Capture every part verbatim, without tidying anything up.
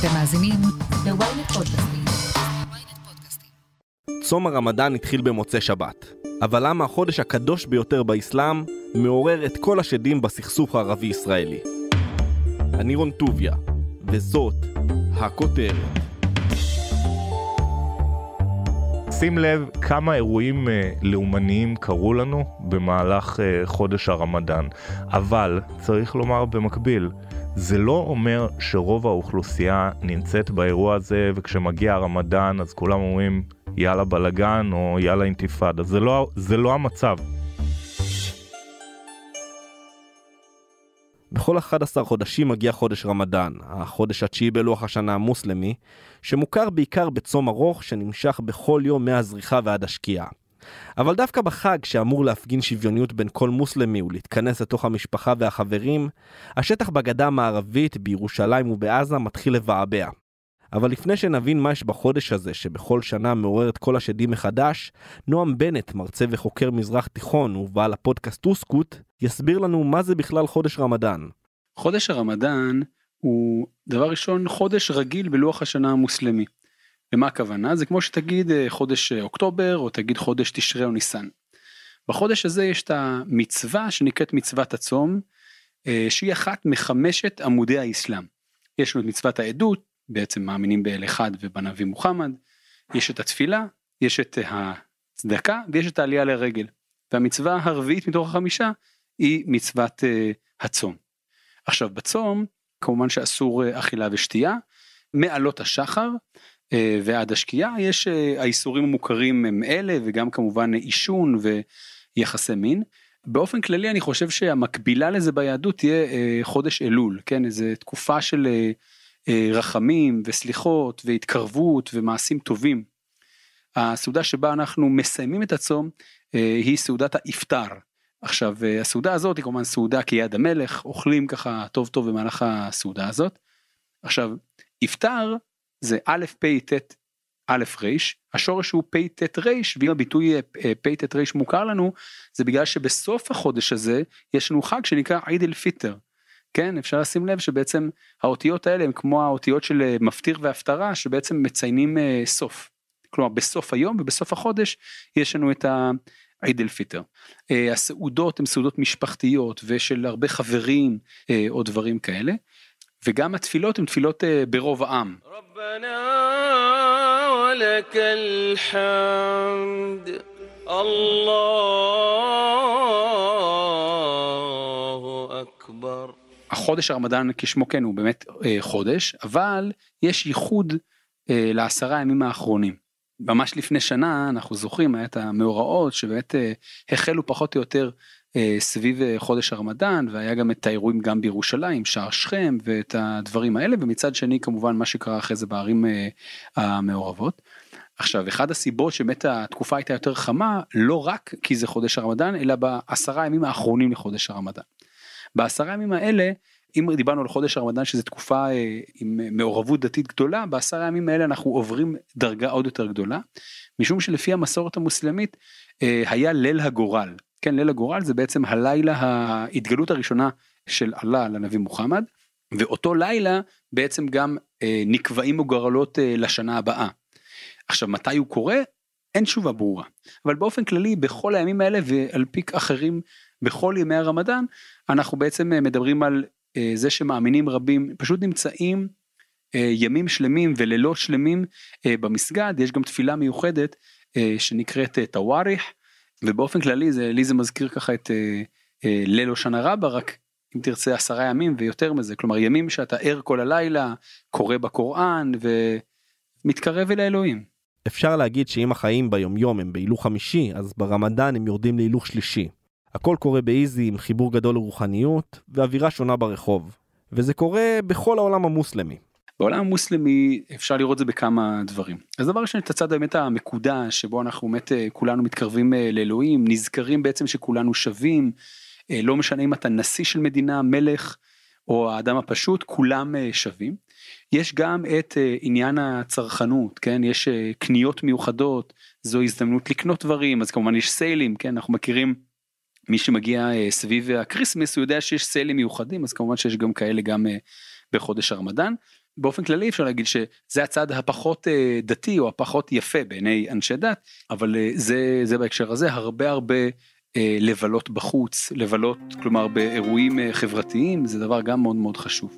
אתם מאזינים ל-ynet פודקאסטים. צום הרמדאן התחיל במוצאי שבת, אבל למה החודש הקדוש ביותר באסלאם מעורר את כל השדים בסכסוך הערבי-ישראלי? אני רון טוביה, וזאת הכותרת. שים לב כמה אירועים לאומניים קרו לנו במהלך חודש הרמדאן, אבל צריך לומר במקביל, זה לא אומר שרוב האוכלוסייה נמצאת באירוע הזה, וכשמגיע הרמדאן אז כולם אומרים יאללה בלגן או יאללה אינתיפאדה. זה לא, זה לא המצב. בכל אחד עשר חודשים מגיע חודש רמדאן, החודש התשיעי בלוח השנה המוסלמי, שמוכר בעיקר בצום ארוך שנמשך בכל יום מהזריחה ועד השקיעה. אבל דווקא בחג שאמור להפגין שוויוניות בין כל מוסלמי ולהתכנס לתוך המשפחה והחברים, השטח בגדה המערבית, בירושלים ובעזה מתחיל לבעבע. אבל לפני שנבין מה יש בחודש הזה שבכל שנה מעורר את כל השדים מחדש, נועם בנט, מרצה וחוקר מזרח תיכון ובעל הפודקאסט טוסקוט, יסביר לנו מה זה בכלל חודש רמדאן. חודש הרמדאן הוא דבר ראשון חודש רגיל בלוח השנה המוסלמי. למה הכוונה? זה כמו שתגיד חודש אוקטובר או תגיד חודש תשרי או ניסן. בחודש הזה יש את המצווה שנקראת מצוות הצום, שהיא אחת מחמשת עמודי האסלאם. יש לנו את מצוות העדות, בעצם מאמינים באל אחד ובנביא מוחמד, יש את התפילה, יש את הצדקה ויש את העלייה לרגל. והמצווה הרביעית מתוך החמישה היא מצוות הצום. עכשיו בצום, כמובן שאסור אכילה ושתייה, מעלות השחר ועד השקיעה, יש האיסורים המוכרים הם אלה, וגם כמובן עישון ויחסי מין. באופן כללי אני חושב שהמקבילה לזה ביהדות תהיה חודש אלול, כן, איזו תקופה של רחמים וסליחות והתקרבות ומעשים טובים. הסעודה שבה אנחנו מסיימים את הצום היא סעודת האפטר. עכשיו הסעודה הזאת היא כמובן סעודה כיד המלך, אוכלים ככה טוב טוב במהלך הסעודה הזאת. עכשיו אפטר זה א' פ' ת' א' ר', השורש הוא פ' ת' ר', ואם הביטוי פ' ת' ר' מוכר לנו, זה בגלל שבסוף החודש הזה יש לנו חג שנקרא עיד אל פיטר. כן, אפשר לשים לב שבעצם האותיות האלה הם כמו האותיות של מפטיר והפטרה, שבעצם מציינים סוף. כלומר בסוף היום ובסוף החודש יש לנו את העיד אל פיטר. הסעודות הן סעודות משפחתיות ושל הרבה חברים או דברים כאלה. וגם התפילות הן תפילות ברוב העם. רבנה ולקל חמד, אללהו אכבר. החודש הרמדאן כשמו כן הוא באמת חודש, אבל יש ייחוד לעשרה הימים האחרונים. ממש לפני שנה אנחנו זוכרים את המאורעות שבאמת החלו פחות או יותר סביב חודש הרמדאן, והיה גם את האירועים גם בירושלים, שער שכם ואת הדברים האלה, ומצד שני כמובן מה שקרה אחרי זה בערים המעורבות. עכשיו אחד הסיבות שבאמת התקופה הייתה יותר חמה, לא רק כי זה חודש הרמדאן, אלא בעשרה ימים האחרונים לחודש הרמדאן. בעשרה ימים האלה, אם דיברנו על חודש הרמדאן שזו תקופה עם מעורבות דתית גדולה, בעשרה ימים האלה אנחנו עוברים דרגה עוד יותר גדולה, משום שלפי המסורת המוסלמית היה ליל הגורל. כן, ליל הגורל זה בעצם הלילה ההתגלות הראשונה של אללה לנביא מוחמד, ואותו לילה בעצם גם אה, נקבעים הגורלות אה, לשנה הבאה. עכשיו מתי הוא קורה? אין תשובה ברורה, אבל באופן כללי בכל הימים האלה ועל פי אחרים בכל ימי הרמדאן, אנחנו בעצם אה, מדברים על אה, זה שמאמינים רבים פשוט נמצאים אה, ימים שלמים ולילות שלמים אה, במסגד, יש גם תפילה מיוחדת אה, שנקראת אה, תואריח, ובאופן כללי זה, לי זה מזכיר ככה את אה, אה, ליל הושענא רבה, רק אם תרצה עשרה ימים ויותר מזה, כלומר ימים שאתה ער כל הלילה, קורא בקוראן ומתקרב אל האלוהים. אפשר להגיד שאם החיים ביומיום הם בהילוך חמישי, אז ברמדאן הם יורדים להילוך שלישי. הכל קורה באיזי עם חיבור גדול לרוחניות ואווירה שונה ברחוב, וזה קורה בכל העולם המוסלמי. בעולם המוסלמי אפשר לראות זה בכמה דברים. אז דבר ראשון, את הצד באמת המקודש, שבו אנחנו באמת כולנו מתקרבים לאלוהים, נזכרים בעצם שכולנו שווים, לא משנה אם אתה נשיא של מדינה, מלך, או האדם הפשוט, כולם שווים. יש גם את עניין הצרכנות, כן? יש קניות מיוחדות, זו הזדמנות לקנות דברים, אז כמובן יש סיילים, כן? אנחנו מכירים מי שמגיע סביב הקריסמס, הוא יודע שיש סיילים מיוחדים, אז כמובן שיש גם כאלה גם בחודש הרמדאן. באופן כללי אפשר להגיד שזה הצד הפחות דתי או הפחות יפה בעיני אנשי דת, אבל זה, זה בהקשר הזה הרבה הרבה לבלות בחוץ, לבלות כלומר באירועים חברתיים, זה דבר גם מאוד מאוד חשוב.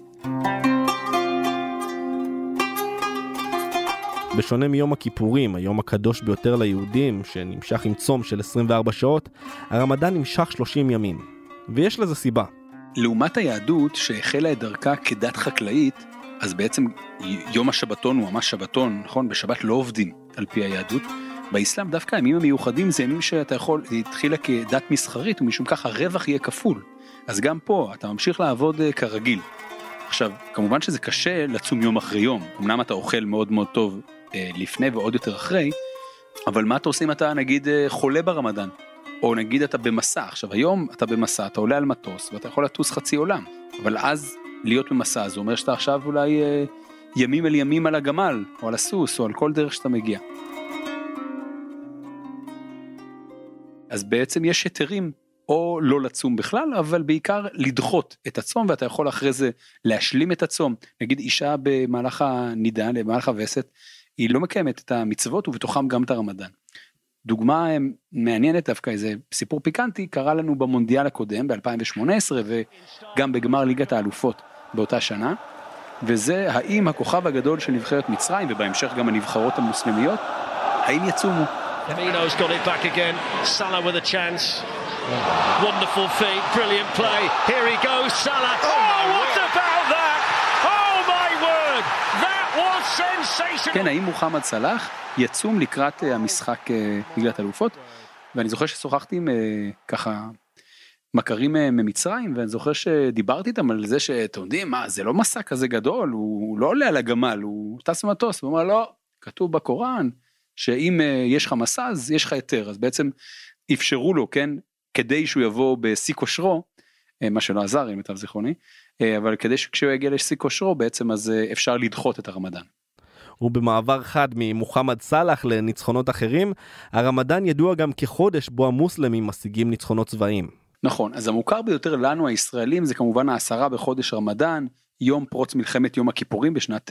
בשונה מיום הכיפורים, היום הקדוש ביותר ליהודים, שנמשך עם צום של עשרים וארבע שעות, הרמדאן נמשך שלושים ימים. ויש לזה סיבה. לעומת היהדות שהחלה את דרכה כדת חקלאית, אז בעצם יום השבתון הוא ממש שבתון, נכון? בשבת לא עובדים על פי היהדות. באסלאם דווקא הימים המיוחדים זה ימים שאתה יכול, זה התחילה כדת מסחרית, ומשום כך הרווח יהיה כפול. אז גם פה אתה ממשיך לעבוד כרגיל. עכשיו, כמובן שזה קשה לצום יום אחרי יום. אמנם אתה אוכל מאוד מאוד טוב אה, לפני ועוד יותר אחרי, אבל מה אתה עושה אם אתה נגיד אה, חולה ברמדאן? או נגיד אתה במסע. עכשיו היום אתה במסע, אתה עולה על מטוס ואתה יכול לטוס חצי עולם. אבל אז להיות במסע, זה אומר שאתה עכשיו אולי אה, ימים אל ימים על הגמל, או על הסוס, או על כל דרך שאתה מגיע. אז בעצם יש היתרים או לא לצום בכלל, אבל בעיקר לדחות את הצום, ואתה יכול אחרי זה להשלים את הצום. נגיד אישה במהלך הנידה, במהלך הווסת, היא לא מקיימת את המצוות, ובתוכם גם את הרמדאן. דוגמה מעניינת דווקא, איזה סיפור פיקנטי, קרה לנו במונדיאל הקודם, ב-אלפיים שמונה עשרה, וגם בגמר ליגת האלופות באותה שנה, וזה האם הכוכב הגדול של נבחרת מצרים, ובהמשך גם הנבחרות המוסלמיות, האם יצומו? Firmino's got it back again. Salah with a chance. Wonderful feat, brilliant play. Here he goes, Salah. Oh, oh what word. About that? Oh my word! That was sensational. כן, האם מוחמד סלאח יצום לקראת המשחק ליגת האלופות? ואני זוכר ששוחחתי עם ככה מכרים ממצרים, ואני זוכר שדיברתי איתם על זה שאתם יודעים, מה, זה לא מסע כזה גדול, הוא לא עולה על הגמל, הוא טס במטוס, הוא אומר, לא, כתוב בקוראן, שאם יש לך מסע, אז יש לך היתר, אז בעצם אפשרו לו, כן, כדי שהוא יבוא בשיא כושרו, מה שלא עזר, אם אתם זיכרוני, אבל כדי שכשהוא יגיע לשיא כושרו, בעצם אז אפשר לדחות את הרמדאן. ובמעבר חד ממוחמד סלאח לניצחונות אחרים, הרמדאן ידוע גם כחודש בו המוסלמים משיגים ניצחונות צבאיים. נכון, אז המוכר ביותר לנו הישראלים, זה כמובן העשרה בחודש רמדאן, יום פרוץ מלחמת יום הכיפורים בשנת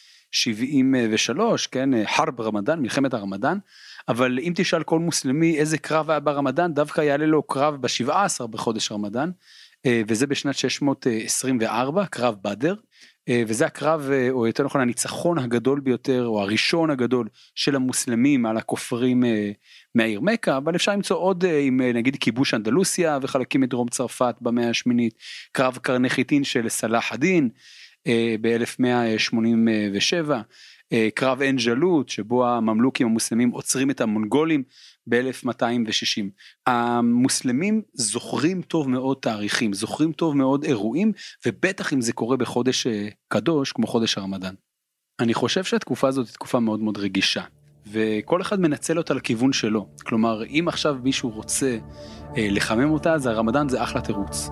שבעים ושלוש, כן, חרב רמדאן, מלחמת הרמדאן, אבל אם תשאל כל מוסלמי איזה קרב היה ברמדאן, דווקא יעלה לו קרב ב-שבעה עשר בחודש רמדאן, וזה בשנת שש מאות עשרים וארבע, קרב בדר, וזה הקרב, או יותר נכון הניצחון הגדול ביותר, או הראשון הגדול של המוסלמים על הכופרים מהעיר מכה, אבל אפשר למצוא עוד עם נגיד כיבוש אנדלוסיה, וחלקים מדרום צרפת במאה השמינית, קרב קרני חיטין של סלאח א-דין, ב-אלף מאה שמונים ושבע, קרב עין ג'אלות, שבו הממלוכים המוסלמים עוצרים את המונגולים ב-אלף מאתיים ושישים. המוסלמים זוכרים טוב מאוד תאריכים, זוכרים טוב מאוד אירועים, ובטח אם זה קורה בחודש קדוש, כמו חודש הרמדאן. אני חושב שהתקופה הזאת היא תקופה מאוד מאוד רגישה, וכל אחד מנצל אותה לכיוון שלו. כלומר, אם עכשיו מישהו רוצה לחמם אותה, אז הרמדאן זה אחלה תירוץ.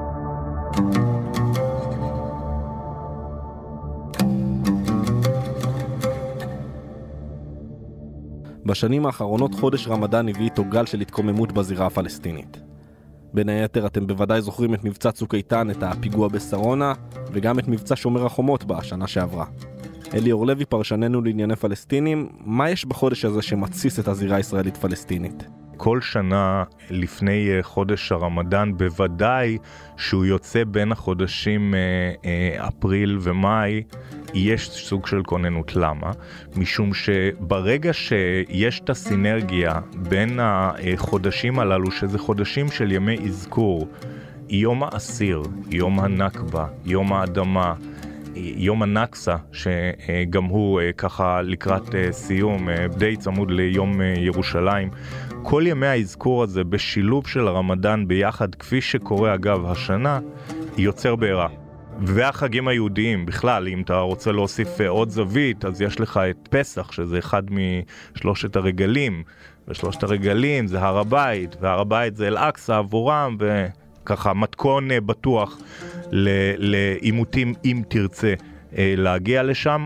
בשנים האחרונות חודש רמדאן הביא איתו גל של התקוממות בזירה הפלסטינית. בין היתר אתם בוודאי זוכרים את מבצע צוק איתן, את הפיגוע בשרונה, וגם את מבצע שומר החומות בשנה שעברה. אלי אורלוי, פרשננו לענייני פלסטינים, מה יש בחודש הזה שמציס את הזירה הישראלית פלסטינית? כל שנה לפני חודש הרמדאן, בוודאי שהוא יוצא בין החודשים אפריל ומאי, יש סוג של כוננות. למה? משום שברגע שיש את הסינרגיה בין החודשים הללו, שזה חודשים של ימי אזכור, יום האסיר, יום הנכבה, יום האדמה, יום הנקסה, שגם הוא ככה לקראת סיום, די צמוד ליום ירושלים, כל ימי האזכור הזה בשילוב של הרמדאן ביחד, כפי שקורה אגב השנה, יוצר בעירה. והחגים היהודיים בכלל, אם אתה רוצה להוסיף עוד זווית, אז יש לך את פסח, שזה אחד משלושת הרגלים, ושלושת הרגלים זה הר הבית, והר הבית זה אל-אקסה עבורם, וככה מתכון בטוח לעימותים אם תרצה להגיע לשם.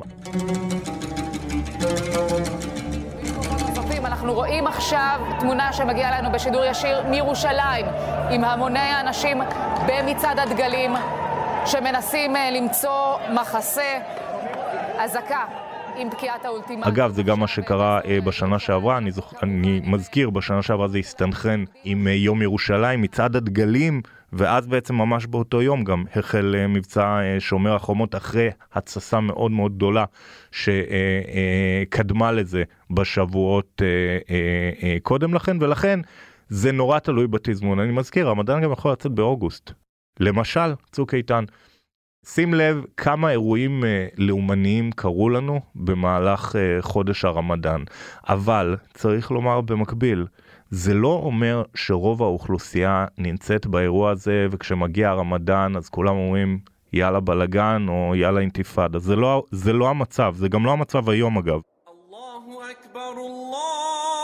אנחנו רואים עכשיו תמונה שמגיעה לנו בשידור ישיר מירושלים, עם המוני האנשים במצעד הדגלים, שמנסים למצוא מחסה אזעקה עם פקיעת האולטימטום. אגב, זה גם מה שקרה uh, בשנה שעברה, אני, זוכ... אני מזכיר, בשנה שעברה זה הסתנכרן עם uh, יום ירושלים, מצעד הדגלים, ואז בעצם ממש באותו יום גם החל uh, מבצע uh, שומר החומות, אחרי התססה מאוד מאוד גדולה שקדמה uh, uh, לזה בשבועות uh, uh, uh, קודם לכן, ולכן זה נורא תלוי בתזמון. אני מזכיר, רמדאן גם יכול לצאת באוגוסט. למשל, צוק איתן. שים לב כמה אירועים אה, לאומניים קרו לנו במהלך אה, חודש הרמדאן. אבל צריך לומר במקביל, זה לא אומר שרוב האוכלוסייה נמצאת באירוע הזה, וכשמגיע הרמדאן אז כולם אומרים יאללה בלגן או יאללה אינתיפאדה. זה לא, זה לא המצב, זה גם לא המצב היום אגב. אללהו אכבר, אללהו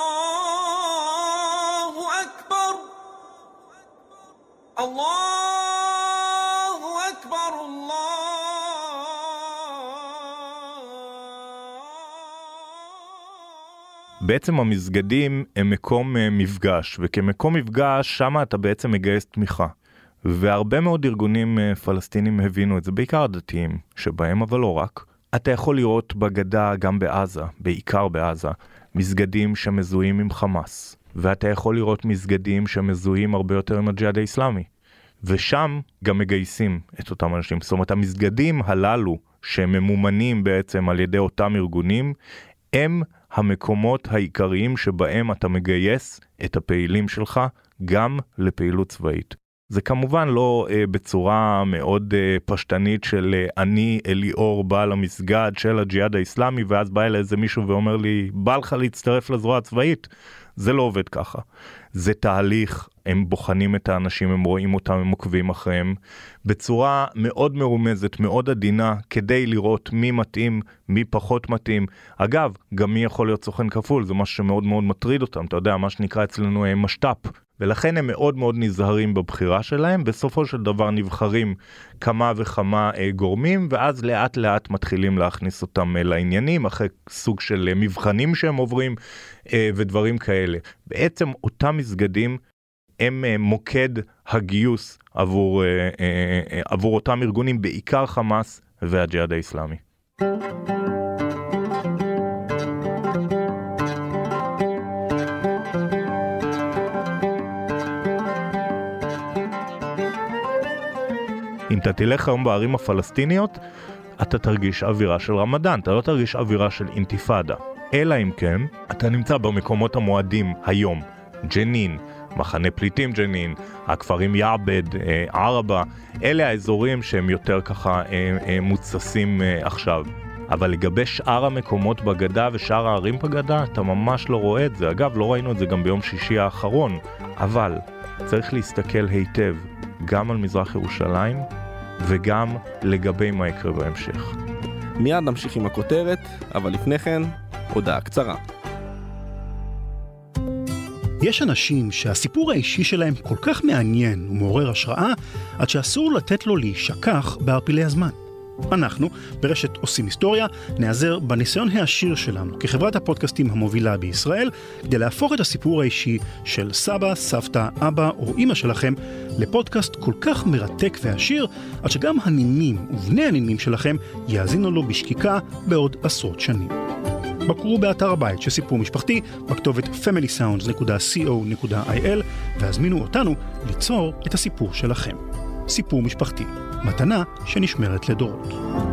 אכבר, אללהו אכבר, אללהו. בעצם המסגדים הם מקום מפגש, וכמקום מפגש שם אתה בעצם מגייס תמיכה. והרבה מאוד ארגונים פלסטינים הבינו את זה, בעיקר הדתיים שבהם, אבל לא רק. אתה יכול לראות בגדה, גם בעזה, בעיקר בעזה, מסגדים שמזוהים עם חמאס. ואתה יכול לראות מסגדים שמזוהים הרבה יותר עם הג'יהאד האסלאמי. ושם גם מגייסים את אותם אנשים. זאת אומרת, המסגדים הללו שממומנים בעצם על ידי אותם ארגונים, הם המקומות העיקריים שבהם אתה מגייס את הפעילים שלך גם לפעילות צבאית. זה כמובן לא אה, בצורה מאוד אה, פשטנית של אה, אני אליאור בעל המסגד של הג'יהאד האסלאמי, ואז בא אליי איזה מישהו ואומר לי בא לך להצטרף לזרוע הצבאית. זה לא עובד ככה. זה תהליך, הם בוחנים את האנשים, הם רואים אותם, הם עוקבים אחריהם, בצורה מאוד מרומזת, מאוד עדינה, כדי לראות מי מתאים, מי פחות מתאים. אגב, גם מי יכול להיות סוכן כפול, זה משהו שמאוד מאוד מטריד אותם, אתה יודע, מה שנקרא אצלנו משת"פ. ולכן הם מאוד מאוד נזהרים בבחירה שלהם, בסופו של דבר נבחרים כמה וכמה אה, גורמים, ואז לאט לאט מתחילים להכניס אותם אה, לעניינים, אחרי סוג של אה, מבחנים שהם עוברים, אה, ודברים כאלה. בעצם אותם מסגדים, הם אה, מוקד הגיוס עבור, אה, אה, אה, עבור אותם ארגונים, בעיקר חמאס והג'יהאד האסלאמי. אם אתה תלך היום בערים הפלסטיניות, אתה תרגיש אווירה של רמדאן, אתה לא תרגיש אווירה של אינתיפאדה. אלא אם כן, אתה נמצא במקומות המועדים היום, ג'נין, מחנה פליטים ג'נין, הכפרים יעבד, ערבה, אלה האזורים שהם יותר ככה מוצסים עכשיו. אבל לגבי שאר המקומות בגדה ושאר הערים בגדה, אתה ממש לא רואה את זה. אגב, לא ראינו את זה גם ביום שישי האחרון, אבל צריך להסתכל היטב גם על מזרח ירושלים וגם לגבי מה יקרה בהמשך. מיד נמשיך עם הכותרת, אבל לפני כן, הודעה קצרה. יש אנשים שהסיפור האישי שלהם כל כך מעניין ומעורר השראה, עד שאסור לתת לו להישכח בערפילי הזמן. אנחנו, ברשת עושים היסטוריה, נעזר בניסיון העשיר שלנו כחברת הפודקאסטים המובילה בישראל, כדי להפוך את הסיפור האישי של סבא, סבתא, אבא או אמא שלכם לפודקאסט כל כך מרתק ועשיר, עד שגם הנינים ובני הנינים שלכם יאזינו לו בשקיקה בעוד עשרות שנים. בקרו באתר הבית של סיפור משפחתי בכתובת פמילי סאונדס נקודה סי או נקודה איי אל והזמינו אותנו ליצור את הסיפור שלכם. סיפור משפחתי, מתנה שנשמרת לדורות.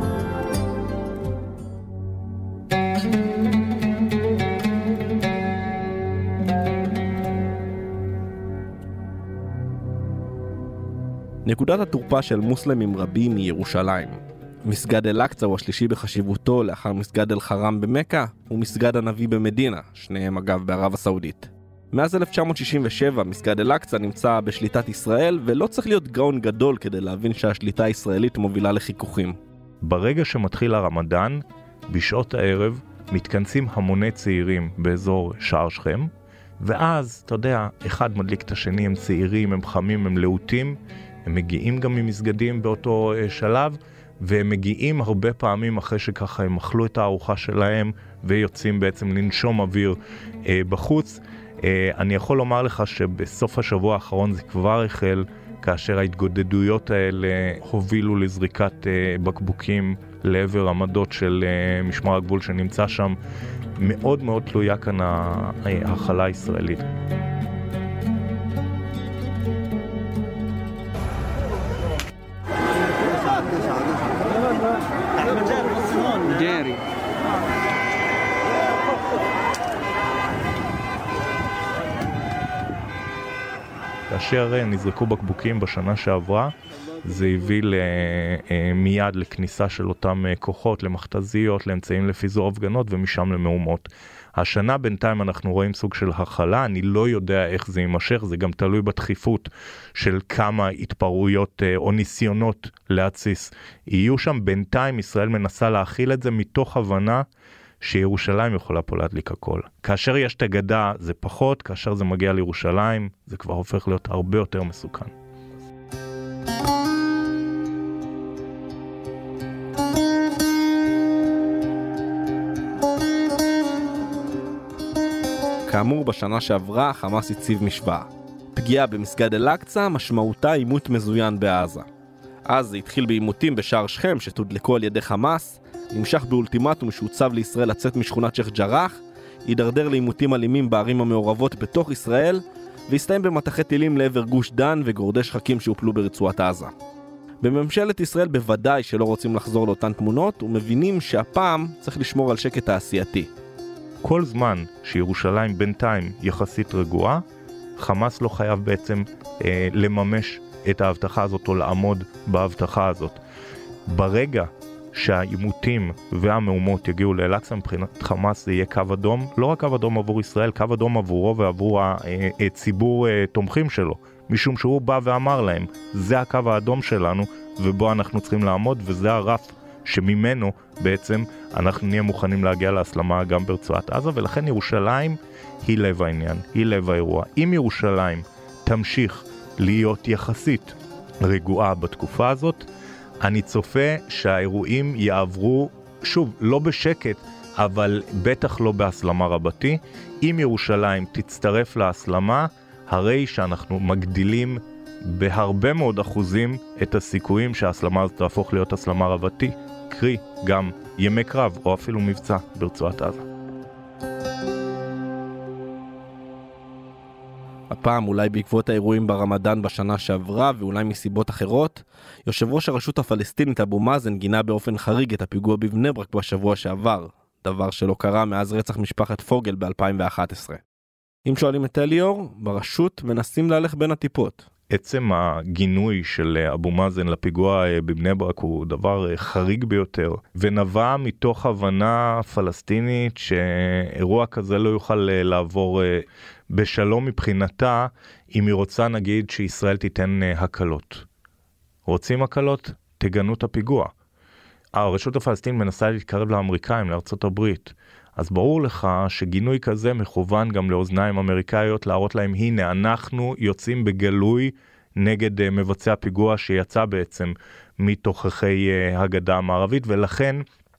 נקודת התורפה של מוסלמים רבים מירושלים. מסגד אל-אקצה הוא השלישי בחשיבותו לאחר מסגד אל-חרם במכה ומסגד הנביא במדינה, שניהם אגב בערב הסעודית. מאז אלף תשע מאות שישים ושבע מסגד אל-אקצה נמצא בשליטת ישראל, ולא צריך להיות גאון גדול כדי להבין שהשליטה הישראלית מובילה לחיכוכים. ברגע שמתחיל הרמדאן, בשעות הערב מתכנסים המוני צעירים באזור שער שכם, ואז, אתה יודע, אחד מדליק את השני, הם צעירים, הם חמים, הם להוטים, הם מגיעים גם ממסגדים באותו שלב, והם מגיעים הרבה פעמים אחרי שככה הם אכלו את הארוחה שלהם, ויוצאים בעצם לנשום אוויר אה, בחוץ. אה, אני יכול לומר לך שבסוף השבוע האחרון זה כבר החל, כאשר ההתגודדויות האלה הובילו לזריקת אה, בקבוקים לעבר עמדות של משמר הגבול שנמצא שם. מאוד מאוד תלויה כאן ההכלה הישראלית. גרי. כאשר נזרקו בקבוקים בשנה שעברה, זה הביא מיד לכניסה של אותם כוחות, למכתזיות, לאמצעים לפיזור הפגנות ומשם למהומות. השנה בינתיים אנחנו רואים סוג של הכלה, אני לא יודע איך זה יימשך, זה גם תלוי בדחיפות של כמה התפרעויות או ניסיונות להציס. יהיו שם בינתיים, ישראל מנסה להכיל את זה מתוך הבנה שירושלים יכולה פה להדליק הכל. כאשר יש את הגדה זה פחות, כאשר זה מגיע לירושלים זה כבר הופך להיות הרבה יותר מסוכן. כאמור, בשנה שעברה חמאס הציב משוואה. פגיעה במסגד אל-אקצא משמעותה עימות מזוין בעזה. אז זה התחיל בעימותים בשער שכם שתודלקו על ידי חמאס, נמשך באולטימטום שהוצב לישראל לצאת משכונת שייח' ג'ראח, יידרדר לעימותים אלימים בערים המעורבות בתוך ישראל, והסתיים במטחי טילים לעבר גוש דן וגורדי שחקים שהופלו ברצועת עזה. בממשלת ישראל בוודאי שלא רוצים לחזור לאותן תמונות, ומבינים שהפעם צריך לשמור על שקט תעשייתי. כל זמן שירושלים בינתיים יחסית רגועה, חמאס לא חייב בעצם אה, לממש את ההבטחה הזאת או לעמוד בהבטחה הזאת. ברגע שהעימותים והמהומות יגיעו לאל-אקצא, מבחינת חמאס זה יהיה קו אדום, לא רק קו אדום עבור ישראל, קו אדום עבורו ועבור הציבור תומכים שלו, משום שהוא בא ואמר להם, זה הקו האדום שלנו ובו אנחנו צריכים לעמוד, וזה הרף שממנו בעצם אנחנו נהיה מוכנים להגיע להסלמה גם ברצועת עזה, ולכן ירושלים היא לב העניין, היא לב האירוע. אם ירושלים תמשיך להיות יחסית רגועה בתקופה הזאת, אני צופה שהאירועים יעברו, שוב, לא בשקט, אבל בטח לא בהסלמה רבתי. אם ירושלים תצטרף להסלמה, הרי שאנחנו מגדילים בהרבה מאוד אחוזים את הסיכויים שההסלמה הזאת תהפוך להיות הסלמה רבתי, קרי גם ימי קרב או אפילו מבצע ברצועת עזה. הפעם, אולי בעקבות האירועים ברמדאן בשנה שעברה ואולי מסיבות אחרות, יושב ראש הרשות הפלסטינית אבו מאזן גינה באופן חריג את הפיגוע בבני ברק בשבוע שעבר, דבר שלא קרה מאז רצח משפחת פוגל ב-אלפיים ואחת עשרה. אם שואלים את אליאור, ברשות מנסים להלך בין הטיפות. עצם הגינוי של אבו מאזן לפיגוע בבני ברק הוא דבר חריג ביותר, ונבע מתוך הבנה פלסטינית שאירוע כזה לא יוכל לעבור בשלום מבחינתה, אם היא רוצה נגיד שישראל תיתן הקלות. רוצים הקלות? תגנו את הפיגוע. הרשות הפלסטינית מנסה להתקרב לאמריקאים, לארצות הברית. אז ברור לך שגינוי כזה מכוון גם לאוזניים אמריקאיות, להראות להם, הנה, אנחנו יוצאים בגלוי נגד מבצע פיגוע שיצא בעצם מתוככי הגדה המערבית, ולכן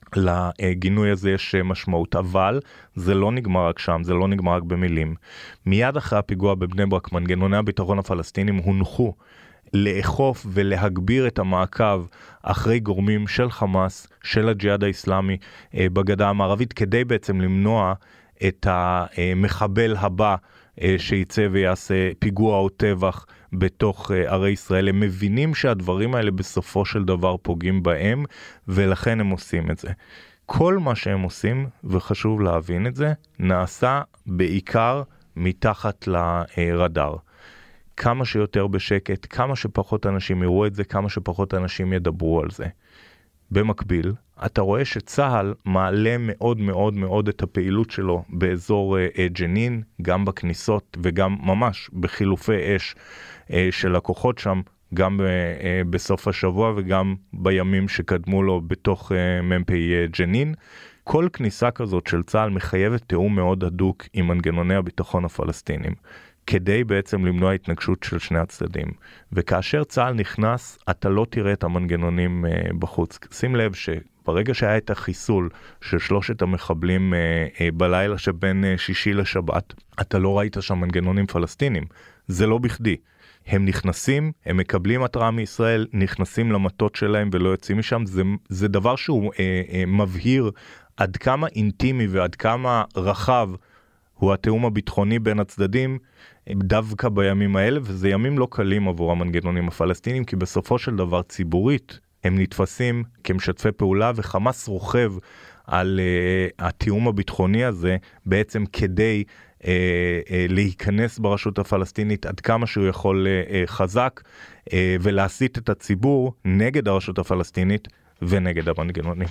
לגינוי הזה יש משמעות. אבל זה לא נגמר רק שם, זה לא נגמר רק במילים. מיד אחרי הפיגוע בבני ברק, מנגנוני הביטחון הפלסטינים הונחו לאכוף ולהגביר את המעקב אחרי גורמים של חמאס, של הג'יהאד האסלאמי בגדה המערבית, כדי בעצם למנוע את המחבל הבא שיצא ויעשה פיגוע או טבח בתוך ערי ישראל. הם מבינים שהדברים האלה בסופו של דבר פוגעים בהם, ולכן הם עושים את זה. כל מה שהם עושים, וחשוב להבין את זה, נעשה בעיקר מתחת לרדאר. כמה שיותר בשקט, כמה שפחות אנשים יראו את זה, כמה שפחות אנשים ידברו על זה. במקביל, אתה רואה שצהל מעלה מאוד מאוד מאוד את הפעילות שלו באזור ג'נין, גם בכניסות וגם ממש בחילופי אש של הכוחות שם, גם בסוף השבוע וגם בימים שקדמו לו בתוך ממפי ג'נין. כל כניסה כזאת של צהל מחייבת תיאום מאוד הדוק עם מנגנוני הביטחון הפלסטינים, כדי בעצם למנוע התנגשות של שני הצדדים. וכאשר צהל נכנס, אתה לא תראה את המנגנונים uh, בחוץ. שים לב שברגע שהיה את החיסול של שלושת המחבלים uh, uh, בלילה שבין uh, שישי לשבת, אתה לא ראית שם מנגנונים פלסטינים. זה לא בכדי. הם נכנסים, הם מקבלים התראה מישראל, נכנסים למטות שלהם ולא יוצאים משם. זה, זה דבר שהוא אה, אה, מבהיר עד כמה אינטימי ועד כמה רחב הוא התאום הביטחוני בין הצדדים דווקא בימים האלה, וזה ימים לא קלים עבור המנגנונים הפלסטינים, כי בסופו של דבר ציבורית הם נתפסים כמשתפי פעולה, וחמאס רוכב על uh, התאום הביטחוני הזה בעצם כדי uh, uh, להיכנס ברשות הפלסטינית עד כמה שהוא יכול uh, uh, חזק uh, ולהסית את הציבור נגד הרשות הפלסטינית ונגד המנגנונים.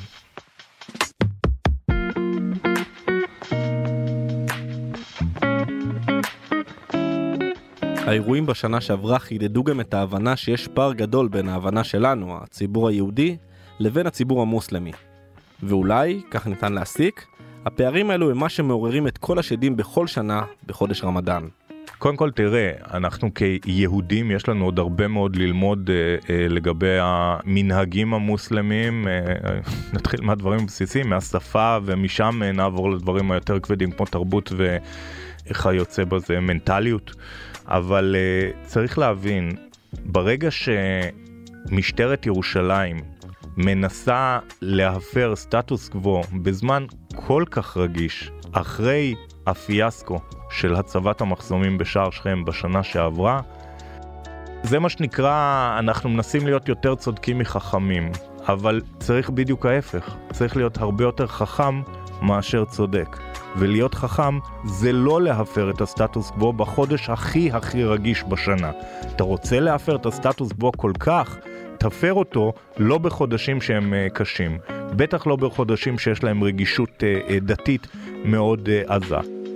האירועים בשנה שעברה חידדו גם את ההבנה שיש פער גדול בין ההבנה שלנו, הציבור היהודי, לבין הציבור המוסלמי. ואולי, כך ניתן להסיק, הפערים האלו הם מה שמעוררים את כל השדים בכל שנה בחודש רמדאן. קודם כל תראה, אנחנו כיהודים יש לנו עוד הרבה מאוד ללמוד אה, אה, לגבי המנהגים המוסלמים, אה, נתחיל מהדברים בסיסיים, מהשפה, ומשם אה, נעבור לדברים היותר כבדים כמו תרבות ואיך היוצא בזה, מנטליות. אבל uh, צריך להבין, ברגע שמשטרת ירושלים מנסה להפר סטטוס קוו בזמן כל כך רגיש, אחרי הפיאסקו של הצבת המחסומים בשער שכם בשנה שעברה, זה מה שנקרא, אנחנו מנסים להיות יותר צודקים מחכמים, אבל צריך בדיוק ההפך, צריך להיות הרבה יותר חכם מאשר צודק. ולהיות חכם זה לא להפר את הסטטוס קוו בחודש הכי הכי רגיש בשנה. אתה רוצה להפר את הסטטוס קוו כל כך, תפר אותו לא בחודשים שהם uh, קשים. בטח לא בחודשים שיש להם רגישות uh, uh, דתית מאוד uh, עזה.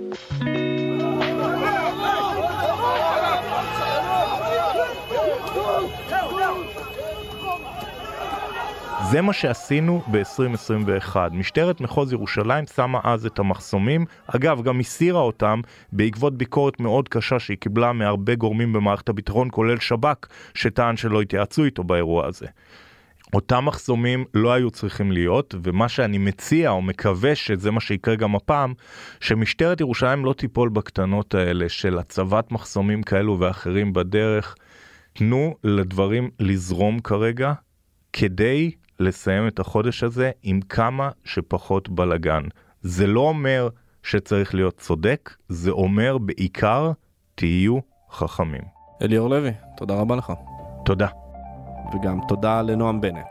זה מה שעשינו ב-עשרים עשרים ואחת. משטרת מחוז ירושלים שמה אז את המחסומים, אגב גם הסירה אותם בעקבות ביקורת מאוד קשה שהיא קיבלה מהרבה גורמים במערכת הביטחון, כולל שב"כ, שטען שלא התייעצו איתו באירוע הזה. אותם מחסומים לא היו צריכים להיות, ומה שאני מציע או מקווה שזה מה שיקרה גם הפעם, שמשטרת ירושלים לא תיפול בקטנות האלה של הצבת מחסומים כאלו ואחרים בדרך. תנו לדברים לזרום כרגע, כדי לסיים את החודש הזה עם כמה שפחות בלגן. זה לא אומר שצריך להיות צודק, זה אומר בעיקר תהיו חכמים. אליאור לוי, תודה רבה לך. תודה. וגם תודה לנועם בנט.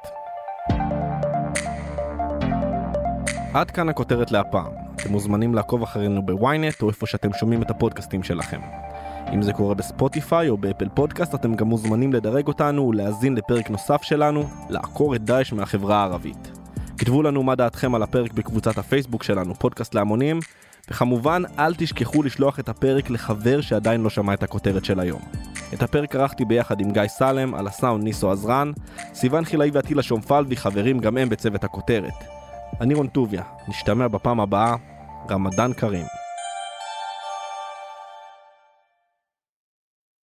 עד כאן הכותרת להפעם. אתם מוזמנים לעקוב אחרינו בוויינט או איפה שאתם שומעים את הפודקאסטים שלכם. אם זה קורה בספוטיפיי או באפל פודקאסט, אתם גם מוזמנים לדרג אותנו ולהזין לפרק נוסף שלנו, לעקור את דאעש מהחברה הערבית. כתבו לנו מה דעתכם על הפרק בקבוצת הפייסבוק שלנו, פודקאסט להמונים, וכמובן אל תשכחו לשלוח את הפרק לחבר שעדיין לא שמע את הכותרת של היום. את הפרק ערכתי ביחד עם גיא סלם, על הסאונד ניסו עזרן, סיוון חילאי ועטילה שומפלבי, חברים גם הם בצוות הכותרת. אני רון טוביה, נשתמע בפעם הבאה, רמדאן כרים.